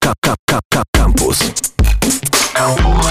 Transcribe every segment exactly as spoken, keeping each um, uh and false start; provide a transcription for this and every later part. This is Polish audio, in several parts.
Campus. Campus.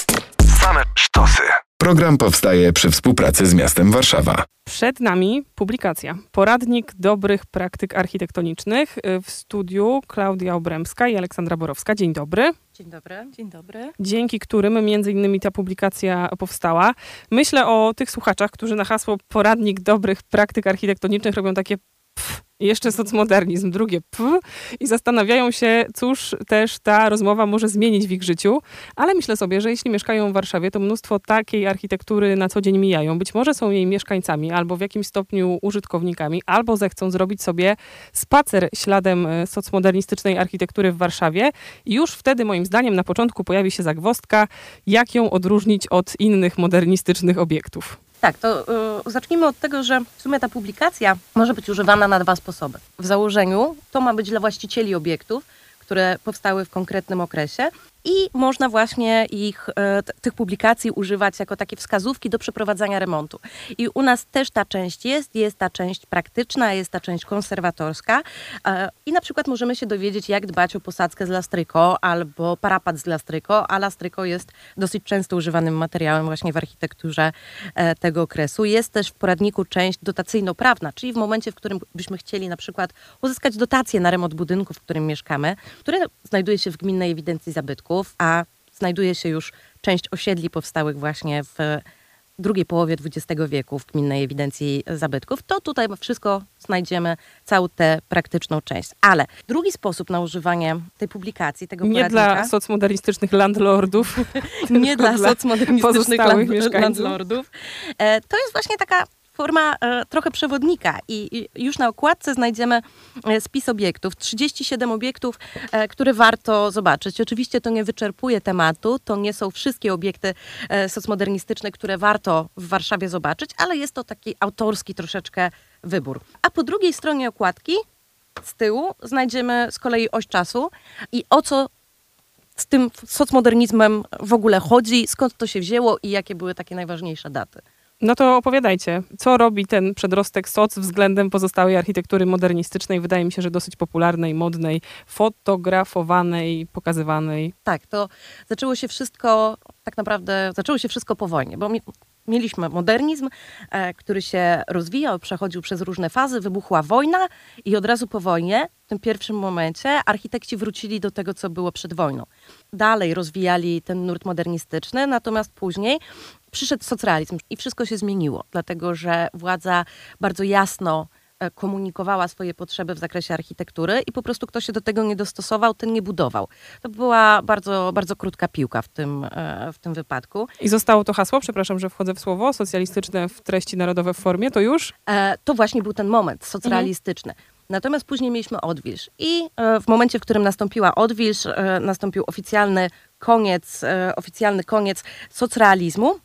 Same sztosy. Program powstaje przy współpracy z miastem Warszawa. Przed nami publikacja. Poradnik dobrych praktyk architektonicznych. W studiu Klaudia Obremska i Aleksandra Borowska. Dzień dobry. Dzień dobry. Dzień dobry. Dzięki którym między innymi ta publikacja powstała. Myślę o tych słuchaczach, którzy na hasło Poradnik dobrych praktyk architektonicznych robią takie pff, i jeszcze socmodernizm, drugie pff, i zastanawiają się, cóż też ta rozmowa może zmienić w ich życiu. Ale myślę sobie, że jeśli mieszkają w Warszawie, to mnóstwo takiej architektury na co dzień mijają. Być może są jej mieszkańcami, albo w jakimś stopniu użytkownikami, albo zechcą zrobić sobie spacer śladem socmodernistycznej architektury w Warszawie. I już wtedy, moim zdaniem, na początku pojawi się zagwozdka, jak ją odróżnić od innych modernistycznych obiektów. Tak, to y, zacznijmy od tego, że w sumie ta publikacja może być używana na dwa sposoby. W założeniu to ma być dla właścicieli obiektów, które powstały w konkretnym okresie i można właśnie ich, e, t- tych publikacji używać jako takie wskazówki do przeprowadzania remontu. I u nas też ta część jest, jest ta część praktyczna, jest ta część konserwatorska e, i na przykład możemy się dowiedzieć, jak dbać o posadzkę z lastryko albo parapat z lastryko, a lastryko jest dosyć często używanym materiałem właśnie w architekturze e, tego okresu. Jest też w poradniku część dotacyjno-prawna, czyli w momencie, w którym byśmy chcieli na przykład uzyskać dotację na remont budynku, w którym mieszkamy, które znajduje się w Gminnej Ewidencji Zabytków, a znajduje się już część osiedli powstałych właśnie w drugiej połowie dwudziestego wieku w Gminnej Ewidencji Zabytków, to tutaj wszystko znajdziemy, całą tę praktyczną część. Ale drugi sposób na używanie tej publikacji, tego nie poradnika... dla socmodernistycznych landlordów, nie dla socmodernistycznych land, landlordów. E, to jest właśnie taka forma e, trochę przewodnika i, i już na okładce znajdziemy e, spis obiektów, trzydzieści siedem obiektów, e, które warto zobaczyć. Oczywiście to nie wyczerpuje tematu, to nie są wszystkie obiekty e, socmodernistyczne, które warto w Warszawie zobaczyć, ale jest to taki autorski troszeczkę wybór. A po drugiej stronie okładki, z tyłu, znajdziemy z kolei oś czasu i o co z tym socmodernizmem w ogóle chodzi, skąd to się wzięło i jakie były takie najważniejsze daty. No to opowiadajcie, co robi ten przedrostek soc względem pozostałej architektury modernistycznej, wydaje mi się, że dosyć popularnej, modnej, fotografowanej, pokazywanej. Tak, to zaczęło się wszystko, tak naprawdę zaczęło się wszystko po wojnie, bo mi, mieliśmy modernizm, e, który się rozwijał, przechodził przez różne fazy, wybuchła wojna i od razu po wojnie, w tym pierwszym momencie, architekci wrócili do tego, co było przed wojną. Dalej rozwijali ten nurt modernistyczny, natomiast później przyszedł socrealizm i wszystko się zmieniło, dlatego że władza bardzo jasno komunikowała swoje potrzeby w zakresie architektury i po prostu kto się do tego nie dostosował, ten nie budował. To była bardzo, bardzo krótka piłka w tym, w tym wypadku. I zostało to hasło, przepraszam, że wchodzę w słowo, socjalistyczne w treści narodowe w formie, to już? E, to właśnie był ten moment socrealistyczny. Mhm. Natomiast później mieliśmy odwilż i w momencie, w którym nastąpiła odwilż, nastąpił oficjalny koniec, oficjalny koniec socrealizmu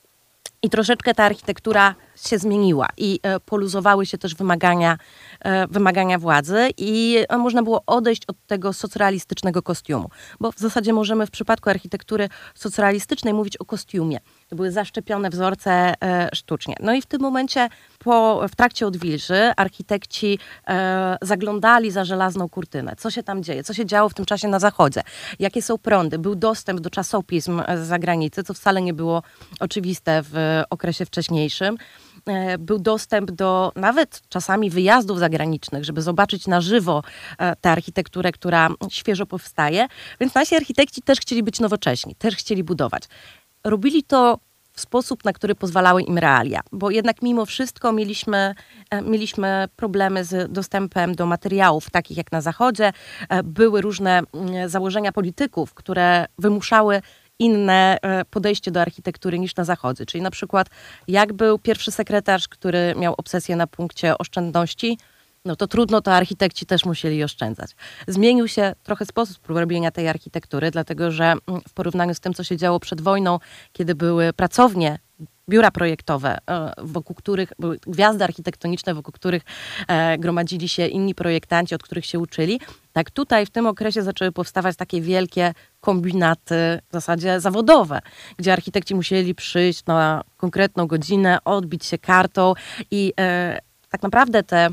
i troszeczkę ta architektura się zmieniła i poluzowały się też wymagania, wymagania władzy i można było odejść od tego socrealistycznego kostiumu, bo w zasadzie możemy w przypadku architektury socrealistycznej mówić o kostiumie. To były zaszczepione wzorce e, sztucznie. No i w tym momencie, po, w trakcie odwilży, architekci e, zaglądali za żelazną kurtynę. Co się tam dzieje? Co się działo w tym czasie na zachodzie? Jakie są prądy? Był dostęp do czasopism z zagranicy, co wcale nie było oczywiste w okresie wcześniejszym. E, był dostęp do nawet czasami wyjazdów zagranicznych, żeby zobaczyć na żywo e, tę architekturę, która świeżo powstaje. Więc nasi architekci też chcieli być nowocześni, też chcieli budować. Robili to w sposób, na który pozwalały im realia, bo jednak mimo wszystko mieliśmy, mieliśmy problemy z dostępem do materiałów, takich jak na Zachodzie. Były różne założenia polityków, które wymuszały inne podejście do architektury niż na Zachodzie. Czyli na przykład jak był pierwszy sekretarz, który miał obsesję na punkcie oszczędności, no to trudno, to architekci też musieli oszczędzać. Zmienił się trochę sposób robienia tej architektury, dlatego że w porównaniu z tym, co się działo przed wojną, kiedy były pracownie, biura projektowe, wokół których były gwiazdy architektoniczne, wokół których gromadzili się inni projektanci, od których się uczyli, tak tutaj w tym okresie zaczęły powstawać takie wielkie kombinaty w zasadzie zawodowe, gdzie architekci musieli przyjść na konkretną godzinę, odbić się kartą i tak naprawdę te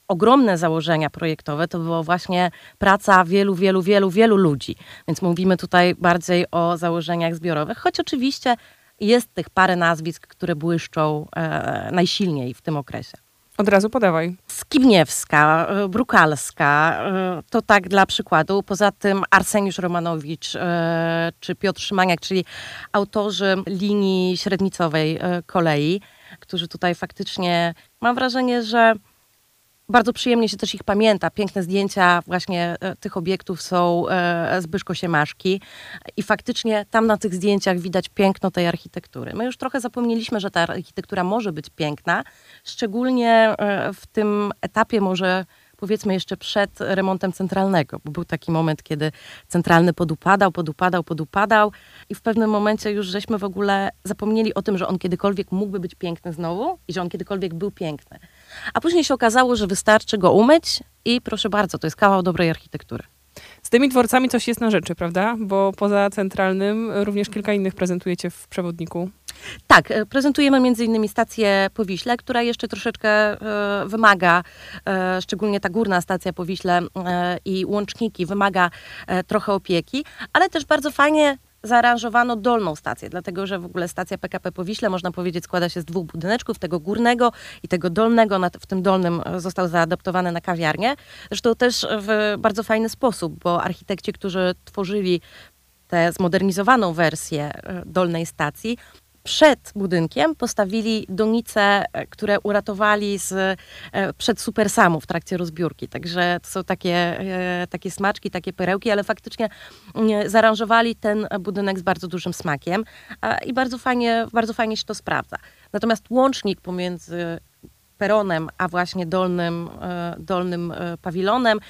ogromne założenia projektowe to była właśnie praca wielu, wielu, wielu, wielu ludzi. Więc mówimy tutaj bardziej o założeniach zbiorowych, choć oczywiście jest tych parę nazwisk, które błyszczą e, najsilniej w tym okresie. Od razu podawaj. Skibniewska, Brukalska, to tak dla przykładu. Poza tym Arseniusz Romanowicz czy Piotr Szymaniak, czyli autorzy linii średnicowej kolei, którzy tutaj faktycznie, mam wrażenie, że bardzo przyjemnie się też ich pamięta. Piękne zdjęcia właśnie tych obiektów są z Byszko-Siemaszki i faktycznie tam na tych zdjęciach widać piękno tej architektury. My już trochę zapomnieliśmy, że ta architektura może być piękna, szczególnie w tym etapie może powiedzmy jeszcze przed remontem centralnego, bo był taki moment, kiedy centralny podupadał, podupadał, podupadał i w pewnym momencie już żeśmy w ogóle zapomnieli o tym, że on kiedykolwiek mógłby być piękny znowu i że on kiedykolwiek był piękny. A później się okazało, że wystarczy go umyć i proszę bardzo, to jest kawał dobrej architektury. Z tymi dworcami coś jest na rzeczy, prawda? Bo poza centralnym również kilka innych prezentujecie w przewodniku. Tak, prezentujemy między innymi stację Powiśle, która jeszcze troszeczkę e, wymaga, e, szczególnie ta górna stacja Powiśle e, i łączniki wymaga e, trochę opieki, ale też bardzo fajnie zaaranżowano dolną stację, dlatego że w ogóle stacja P K P Powiśle, można powiedzieć, składa się z dwóch budyneczków, tego górnego i tego dolnego. W tym dolnym został zaadaptowany na kawiarnię. Zresztą też w bardzo fajny sposób, bo architekci, którzy tworzyli tę zmodernizowaną wersję dolnej stacji, przed budynkiem postawili donice, które uratowali z, przed Supersamu w trakcie rozbiórki. Także to są takie, takie smaczki, takie perełki, ale faktycznie zaaranżowali ten budynek z bardzo dużym smakiem i bardzo fajnie, bardzo fajnie się to sprawdza. Natomiast łącznik pomiędzy peronem, a właśnie dolnym, dolnym pawilonem,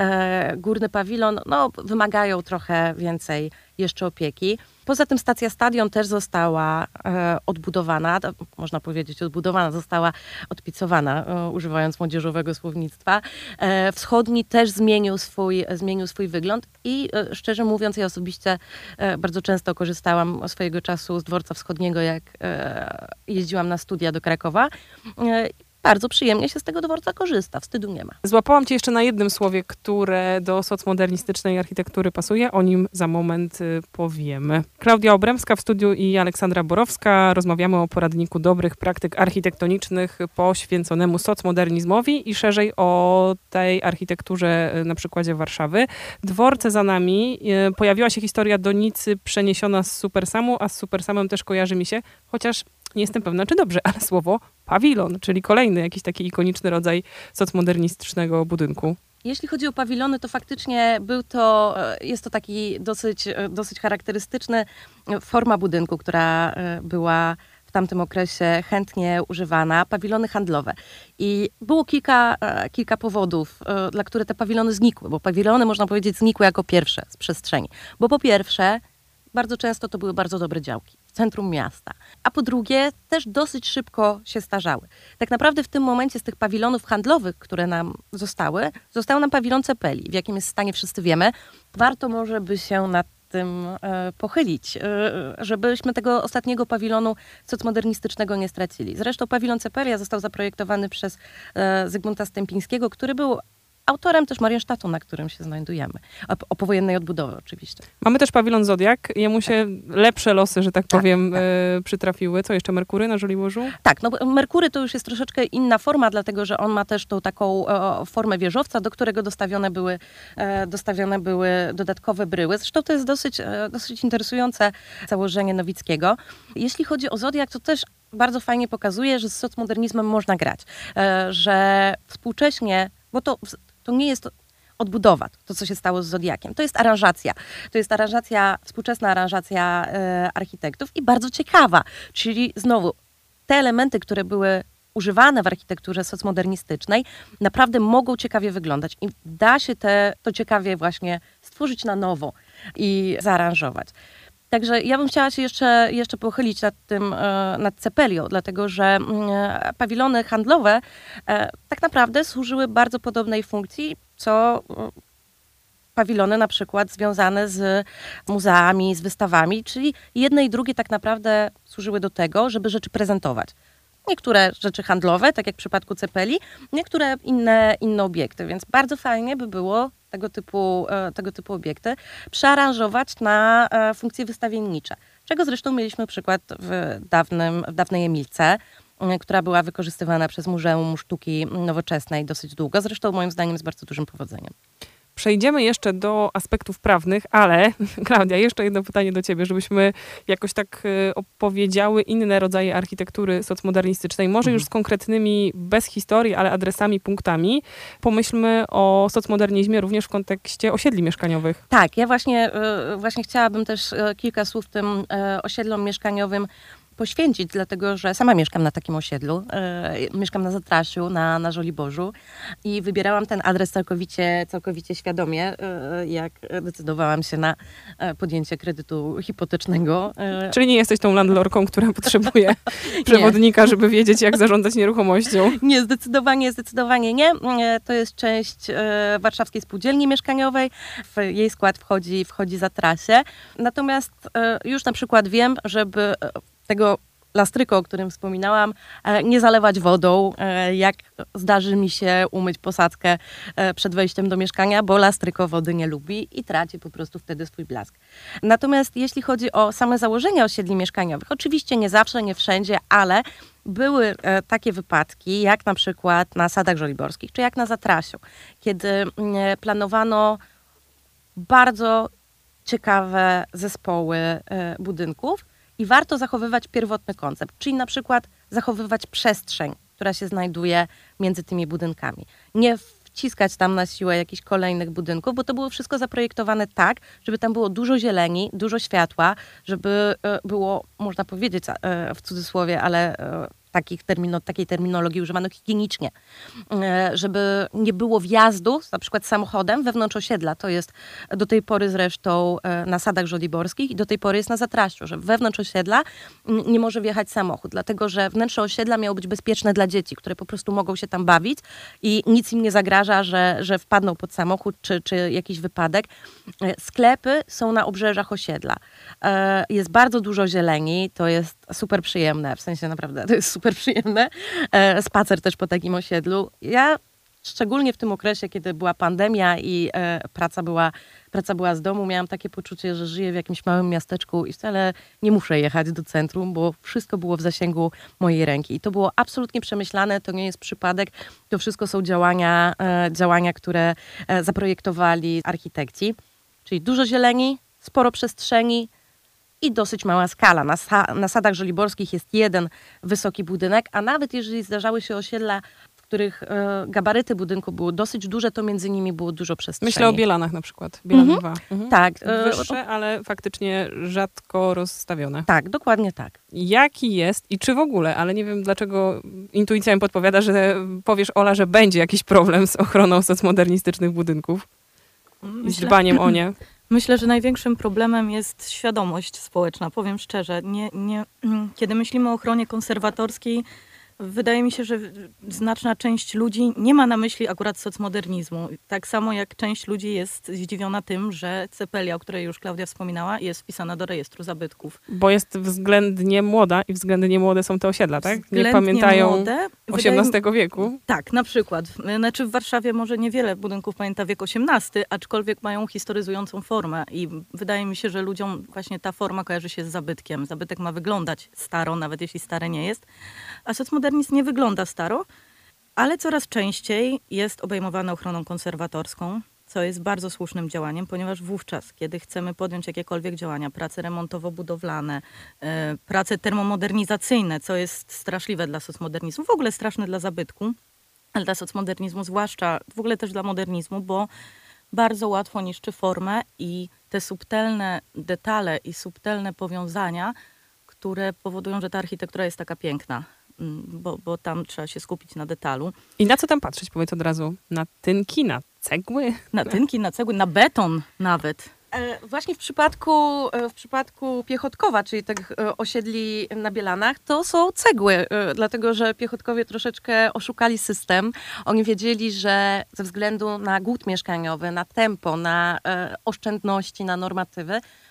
górny pawilon, no, wymagają trochę więcej jeszcze opieki. Poza tym stacja Stadion też została e, odbudowana, to, można powiedzieć odbudowana, została odpicowana, e, używając młodzieżowego słownictwa. E, wschodni też zmienił swój, zmienił swój wygląd i e, szczerze mówiąc, ja osobiście e, bardzo często korzystałam swojego czasu z dworca wschodniego, jak e, jeździłam na studia do Krakowa. E, Bardzo przyjemnie się z tego dworca korzysta, wstydu nie ma. Złapałam cię jeszcze na jednym słowie, które do socmodernistycznej architektury pasuje. O nim za moment y, powiemy. Klaudia Obremska w studiu i Aleksandra Borowska. Rozmawiamy o poradniku dobrych praktyk architektonicznych poświęconemu socmodernizmowi i szerzej o tej architekturze y, na przykładzie Warszawy. Dworce za nami. Y, pojawiła się historia donicy przeniesiona z Supersamu, a z Supersamem też kojarzy mi się, chociaż nie jestem pewna, czy dobrze, ale słowo pawilon, czyli kolejny jakiś taki ikoniczny rodzaj socmodernistycznego budynku. Jeśli chodzi o pawilony, to faktycznie był to, jest to taki dosyć, dosyć charakterystyczny forma budynku, która była w tamtym okresie chętnie używana, pawilony handlowe. I było kilka, kilka powodów, dla których te pawilony znikły, bo pawilony, można powiedzieć, znikły jako pierwsze z przestrzeni. Bo po pierwsze, bardzo często to były bardzo dobre działki w centrum miasta. A po drugie, też dosyć szybko się starzały. Tak naprawdę w tym momencie z tych pawilonów handlowych, które nam zostały, został nam pawilon Cepeli, w jakim jest stanie wszyscy wiemy. Warto może by się nad tym e, pochylić, e, żebyśmy tego ostatniego pawilonu socmodernistycznego nie stracili. Zresztą pawilon Cepelia został zaprojektowany przez e, Zygmunta Stępińskiego, który był autorem też Marienstadtu, na którym się znajdujemy. O, o powojennej odbudowie oczywiście. Mamy też pawilon Zodiak. Jemu się tak. lepsze losy, że tak, tak powiem, tak. E, przytrafiły. Co jeszcze? Merkury na Żoliborzu? Tak, no Merkury to już jest troszeczkę inna forma, dlatego że on ma też tą taką e, formę wieżowca, do którego dostawione były, e, dostawione były dodatkowe bryły. Zresztą to jest dosyć, e, dosyć interesujące założenie Nowickiego. Jeśli chodzi o Zodiak, to też bardzo fajnie pokazuje, że z socmodernizmem można grać. E, że współcześnie, bo to To nie jest odbudowa, to co się stało z Zodiakiem. To jest aranżacja. To jest aranżacja, współczesna aranżacja e, architektów i bardzo ciekawa. Czyli znowu te elementy, które były używane w architekturze socmodernistycznej, naprawdę mogą ciekawie wyglądać. I da się te, to ciekawie właśnie stworzyć na nowo i zaaranżować. Także ja bym chciała się jeszcze, jeszcze pochylić nad tym, nad Cepelią, dlatego że pawilony handlowe tak naprawdę służyły bardzo podobnej funkcji, co pawilony na przykład związane z muzeami, z wystawami, czyli jedne i drugie tak naprawdę służyły do tego, żeby rzeczy prezentować. niektóre rzeczy handlowe, tak jak w przypadku Cepeli, niektóre inne, inne obiekty, więc bardzo fajnie by było tego typu, tego typu obiekty przearanżować na funkcje wystawiennicze, czego zresztą mieliśmy przykład w, dawnym, w dawnej Emilce, która była wykorzystywana przez Muzeum Sztuki Nowoczesnej dosyć długo, zresztą moim zdaniem z bardzo dużym powodzeniem. Przejdziemy jeszcze do aspektów prawnych, ale Klaudia, jeszcze jedno pytanie do ciebie, żebyśmy jakoś tak opowiedziały inne rodzaje architektury socmodernistycznej, może już z konkretnymi, bez historii, ale adresami, punktami. Pomyślmy o socmodernizmie również w kontekście osiedli mieszkaniowych. Tak, ja właśnie, właśnie chciałabym też kilka słów tym osiedlom mieszkaniowym poświęcić, dlatego że sama mieszkam na takim osiedlu. E, mieszkam na Zatrasiu, na, na Żoliborzu i wybierałam ten adres całkowicie, całkowicie świadomie, e, jak decydowałam się na podjęcie kredytu hipotecznego. E, Czyli nie jesteś tą landlordką, która potrzebuje przewodnika, żeby wiedzieć, jak zarządzać nieruchomością? Nie, zdecydowanie, zdecydowanie nie. E, to jest część e, Warszawskiej Spółdzielni Mieszkaniowej. W jej skład wchodzi, wchodzi Zatrasie. Natomiast e, już na przykład wiem, żeby tego lastryko, o którym wspominałam, nie zalewać wodą, jak zdarzy mi się umyć posadzkę przed wejściem do mieszkania, bo lastryko wody nie lubi i traci po prostu wtedy swój blask. Natomiast jeśli chodzi o same założenia osiedli mieszkaniowych, oczywiście nie zawsze, nie wszędzie, ale były takie wypadki, jak na przykład na Sadach Żoliborskich, czy jak na Zatrasiu, kiedy planowano bardzo ciekawe zespoły budynków, i warto zachowywać pierwotny koncept, czyli na przykład zachowywać przestrzeń, która się znajduje między tymi budynkami. Nie wciskać tam na siłę jakichś kolejnych budynków, bo to było wszystko zaprojektowane tak, żeby tam było dużo zieleni, dużo światła, żeby było, można powiedzieć w cudzysłowie, ale takich termino, takiej terminologii używano higienicznie, żeby nie było wjazdu, na przykład samochodem wewnątrz osiedla. To jest do tej pory zresztą na Sadach Żoliborskich i do tej pory jest na Zatrasiu, że wewnątrz osiedla nie może wjechać samochód, dlatego że wnętrze osiedla miało być bezpieczne dla dzieci, które po prostu mogą się tam bawić i nic im nie zagraża, że, że wpadną pod samochód czy, czy jakiś wypadek. Sklepy są na obrzeżach osiedla. Jest bardzo dużo zieleni, to jest super przyjemne, w sensie naprawdę to jest super przyjemne. Spacer też po takim osiedlu. Ja szczególnie w tym okresie, kiedy była pandemia i e, praca, była, praca była z domu, miałam takie poczucie, że żyję w jakimś małym miasteczku i wcale nie muszę jechać do centrum, bo wszystko było w zasięgu mojej ręki. I to było absolutnie przemyślane, to nie jest przypadek, to wszystko są działania, e, działania które e, zaprojektowali architekci. Czyli dużo zieleni, sporo przestrzeni i dosyć mała skala. Na, na Sadach Żoliborskich jest jeden wysoki budynek, a nawet jeżeli zdarzały się osiedla, których e, gabaryty budynku były dosyć duże, to między nimi było dużo przestrzeni. Myślę o Bielanach na przykład. Bielan mhm. dwa. Mhm. Tak. Wyższe, ale faktycznie rzadko rozstawione. Tak, dokładnie tak. Jaki jest i czy w ogóle, ale nie wiem dlaczego intuicja mi podpowiada, że powiesz, Ola, że będzie jakiś problem z ochroną socmodernistycznych budynków Myślę, i z dbaniem o nie. Myślę, że największym problemem jest świadomość społeczna, powiem szczerze. Nie, nie, kiedy myślimy o ochronie konserwatorskiej, wydaje mi się, że znaczna część ludzi nie ma na myśli akurat socmodernizmu. Tak samo jak część ludzi jest zdziwiona tym, że Cepelia, o której już Klaudia wspominała, jest wpisana do rejestru zabytków. Bo jest względnie młoda i względnie młode są te osiedla, tak? Względnie nie pamiętają młode, osiemnastego wieku. Tak, na przykład. Znaczy w Warszawie może niewiele budynków pamięta wiek osiemnasty, aczkolwiek mają historyzującą formę i wydaje mi się, że ludziom właśnie ta forma kojarzy się z zabytkiem. Zabytek ma wyglądać staro, nawet jeśli stare nie jest. A socmodernizm nie wygląda staro, ale coraz częściej jest obejmowany ochroną konserwatorską, co jest bardzo słusznym działaniem, ponieważ wówczas, kiedy chcemy podjąć jakiekolwiek działania, prace remontowo-budowlane, yy, prace termomodernizacyjne, co jest straszliwe dla socmodernizmu, w ogóle straszne dla zabytku, ale dla socmodernizmu zwłaszcza, w ogóle też dla modernizmu, bo bardzo łatwo niszczy formę i te subtelne detale i subtelne powiązania, które powodują, że ta architektura jest taka piękna. Bo, bo tam trzeba się skupić na detalu. I na co tam patrzeć, powiedz od razu? Na tynki, na cegły? Na tynki, na cegły, na beton nawet. E, właśnie w przypadku, w przypadku Piechotkowa, czyli tych osiedli na Bielanach, to są cegły, e, dlatego że Piechotkowie troszeczkę oszukali system. Oni wiedzieli, że ze względu na głód mieszkaniowy, na tempo, na e, oszczędności, na normatywy,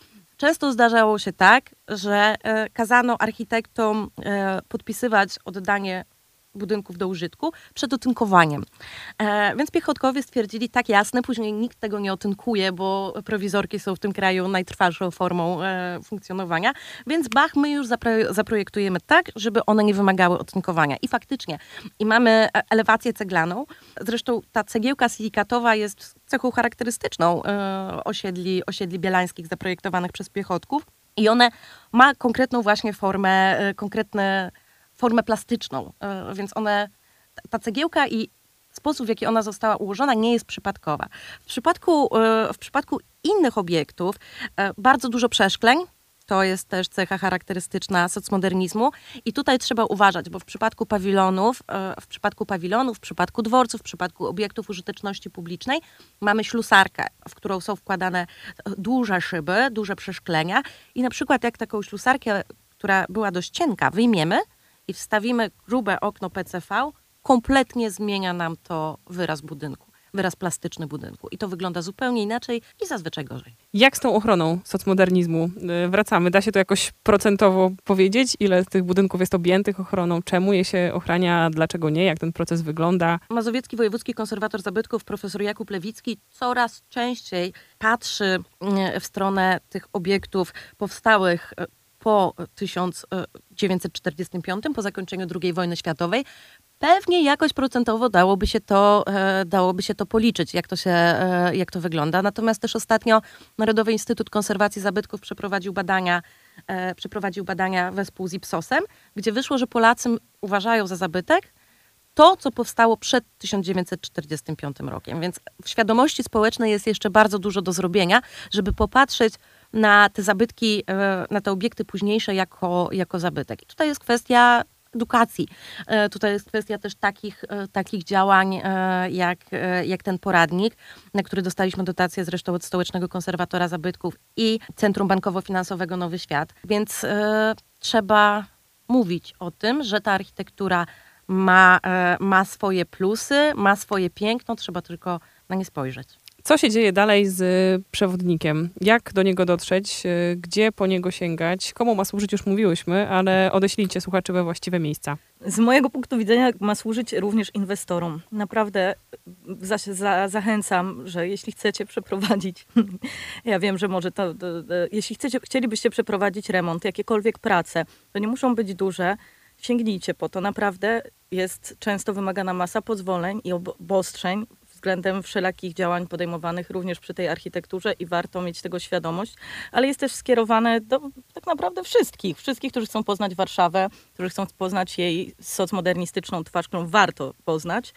często zdarzało się tak, że e, kazano architektom e, podpisywać oddanie budynków do użytku przed otynkowaniem. E, więc piechotkowie stwierdzili, tak jasne, później nikt tego nie otynkuje, bo prowizorki są w tym kraju najtrwalszą formą e, funkcjonowania, więc bach, my już zapro- zaprojektujemy tak, żeby one nie wymagały otynkowania. I faktycznie, i mamy elewację ceglaną, zresztą ta cegiełka silikatowa jest cechą charakterystyczną e, osiedli, osiedli bielańskich zaprojektowanych przez piechotków i one ma konkretną właśnie formę, e, konkretne formę plastyczną, więc one, ta cegiełka i sposób, w jaki ona została ułożona, nie jest przypadkowa. W przypadku, w przypadku innych obiektów bardzo dużo przeszkleń, to jest też cecha charakterystyczna socmodernizmu i tutaj trzeba uważać, bo w przypadku pawilonów, w przypadku pawilonów, w przypadku dworców, w przypadku obiektów użyteczności publicznej mamy ślusarkę, w którą są wkładane duże szyby, duże przeszklenia i na przykład jak taką ślusarkę, która była dość cienka, wyjmiemy i wstawimy grube okno P C V, kompletnie zmienia nam to wyraz budynku, wyraz plastyczny budynku. I to wygląda zupełnie inaczej i zazwyczaj gorzej. Jak z tą ochroną socmodernizmu? Wracamy. Da się to jakoś procentowo powiedzieć? Ile z tych budynków jest objętych ochroną? Czemu je się ochrania? Dlaczego nie? Jak ten proces wygląda? Mazowiecki Wojewódzki Konserwator Zabytków, profesor Jakub Lewicki, coraz częściej patrzy w stronę tych obiektów powstałych po tysiąc dziewięćset czterdziestym piątym, po zakończeniu drugiej wojny światowej. Pewnie jakoś procentowo dałoby się to, dałoby się to policzyć, jak to, się, jak to wygląda. Natomiast też ostatnio Narodowy Instytut Konserwacji Zabytków przeprowadził badania, przeprowadził badania wespół z Ipsosem, gdzie wyszło, że Polacy uważają za zabytek to, co powstało przed tysiąc dziewięćset czterdziestym piątym rokiem. Więc w świadomości społecznej jest jeszcze bardzo dużo do zrobienia, żeby popatrzeć na te zabytki, na te obiekty późniejsze jako, jako zabytek. I tutaj jest kwestia edukacji. Tutaj jest kwestia też takich, takich działań jak, jak ten poradnik, na który dostaliśmy dotację zresztą od Stołecznego Konserwatora Zabytków i Centrum Bankowo-Finansowego Nowy Świat. Więc e, trzeba mówić o tym, że ta architektura ma, e, ma swoje plusy, ma swoje piękno, trzeba tylko na nie spojrzeć. Co się dzieje dalej z przewodnikiem? Jak do niego dotrzeć? Gdzie po niego sięgać? Komu ma służyć, już mówiłyśmy, ale odeślijcie słuchaczy we właściwe miejsca. Z mojego punktu widzenia ma służyć również inwestorom. Naprawdę za, za, zachęcam, że jeśli chcecie przeprowadzić, ja wiem, że może to, to, to jeśli chcecie, chcielibyście przeprowadzić remont, jakiekolwiek prace, to nie muszą być duże, sięgnijcie po to. Naprawdę jest często wymagana masa pozwoleń i obostrzeń względem wszelakich działań podejmowanych również przy tej architekturze i warto mieć tego świadomość, ale jest też skierowane do tak naprawdę wszystkich, wszystkich, którzy chcą poznać Warszawę, którzy chcą poznać jej socmodernistyczną twarz, którą warto poznać.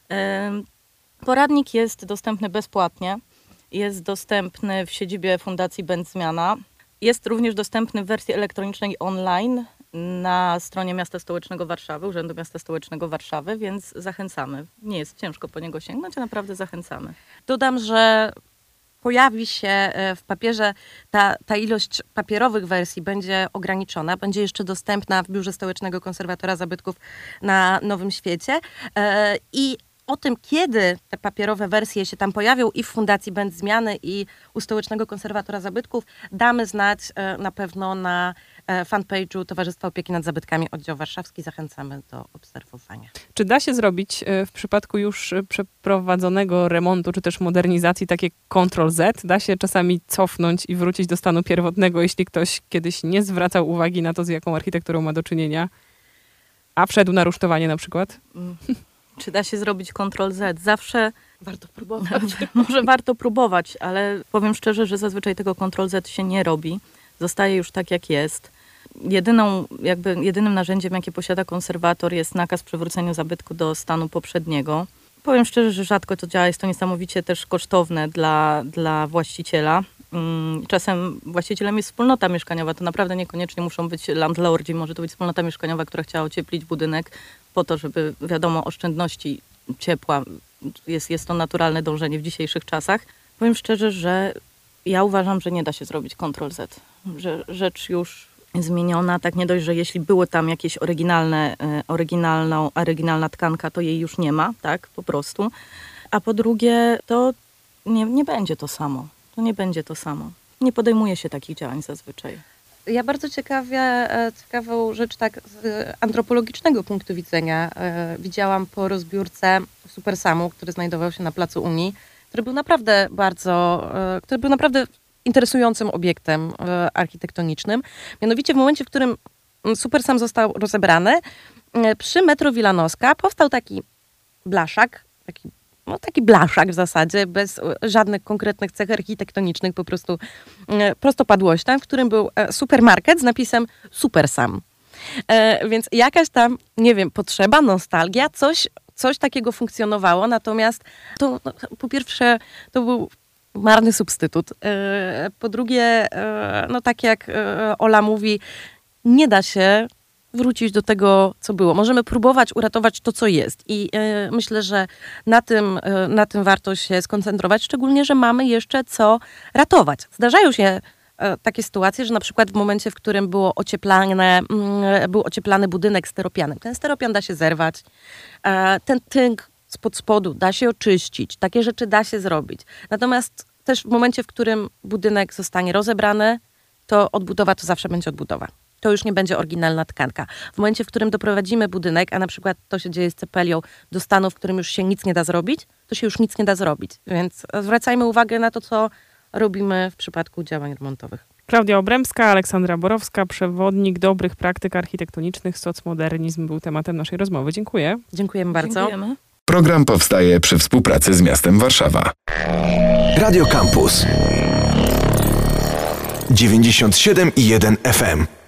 Poradnik jest dostępny bezpłatnie, jest dostępny w siedzibie Fundacji Będzmiana, jest również dostępny w wersji elektronicznej online na stronie Miasta Stołecznego Warszawy, Urzędu Miasta Stołecznego Warszawy, więc zachęcamy. Nie jest ciężko po niego sięgnąć, a naprawdę zachęcamy. Dodam, że pojawi się w papierze, ta, ta ilość papierowych wersji będzie ograniczona, będzie jeszcze dostępna w Biurze Stołecznego Konserwatora Zabytków na Nowym Świecie i o tym, kiedy te papierowe wersje się tam pojawią i w Fundacji Będzmiany i u Stołecznego Konserwatora Zabytków, damy znać na pewno na fanpage'u Towarzystwa Opieki nad Zabytkami Oddział Warszawski. Zachęcamy do obserwowania. Czy da się zrobić w przypadku już przeprowadzonego remontu, czy też modernizacji takie kontrol Z? Da się czasami cofnąć i wrócić do stanu pierwotnego, jeśli ktoś kiedyś nie zwracał uwagi na to, z jaką architekturą ma do czynienia, a wszedł na rusztowanie na przykład? Mm. Czy da się zrobić kontrol Z? Zawsze warto próbować. Może warto próbować, ale powiem szczerze, że zazwyczaj tego kontrol Z się nie robi. Zostaje już tak, jak jest. Jedyną, jakby, jedynym narzędziem, jakie posiada konserwator, jest nakaz przywrócenia zabytku do stanu poprzedniego. Powiem szczerze, że rzadko to działa. Jest to niesamowicie też kosztowne dla, dla właściciela. Czasem właścicielem jest wspólnota mieszkaniowa. To naprawdę niekoniecznie muszą być landlordzi. Może to być wspólnota mieszkaniowa, która chciała ocieplić budynek po to, żeby, wiadomo, oszczędności ciepła. Jest, jest to naturalne dążenie w dzisiejszych czasach. Powiem szczerze, że ja uważam, że nie da się zrobić kontrol Z. Że rzecz już zmieniona. Tak nie dość, że jeśli było tam jakieś oryginalne, oryginalną, oryginalna tkanka, to jej już nie ma, tak, po prostu. A po drugie, to nie, nie będzie to samo. To nie będzie to samo. nie podejmuje się takich działań zazwyczaj. Ja bardzo ciekawie, ciekawą rzecz tak z antropologicznego punktu widzenia e, widziałam po rozbiórce Supersamu, który znajdował się na Placu Unii, który był naprawdę bardzo, e, który był naprawdę interesującym obiektem e, architektonicznym. Mianowicie w momencie, w którym Supersam został rozebrany, e, przy Metro Wilanowska powstał taki blaszak, taki No taki blaszak w zasadzie, bez żadnych konkretnych cech architektonicznych, po prostu e, prostopadłością, w którym był e, supermarket z napisem Supersam. E, więc jakaś tam, nie wiem, potrzeba, nostalgia, coś, coś takiego funkcjonowało, natomiast to no, po pierwsze to był marny substytut. E, po drugie, e, no tak jak e, Ola mówi, nie da się wrócić do tego, co było. Możemy próbować uratować to, co jest. I y, myślę, że na tym, y, na tym warto się skoncentrować, szczególnie, że mamy jeszcze co ratować. Zdarzają się y, takie sytuacje, że na przykład w momencie, w którym było ocieplane, y, był ocieplany budynek steropianem, ten steropian da się zerwać, y, ten tynk spod spodu da się oczyścić, takie rzeczy da się zrobić. Natomiast też w momencie, w którym budynek zostanie rozebrany, to odbudowa to zawsze będzie odbudowa. To już nie będzie oryginalna tkanka. W momencie, w którym doprowadzimy budynek, a na przykład to się dzieje z Cepelią, do stanu, w którym już się nic nie da zrobić, to się już nic nie da zrobić. Więc zwracajmy uwagę na to, co robimy w przypadku działań remontowych. Klaudia Obremska, Aleksandra Borowska, przewodnik dobrych praktyk architektonicznych. Socmodernizm był tematem naszej rozmowy. Dziękuję. Dziękujemy bardzo. Dziękujemy. Program powstaje przy współpracy z miastem Warszawa. Radio Campus dziewięćdziesiąt siedem i jeden F M.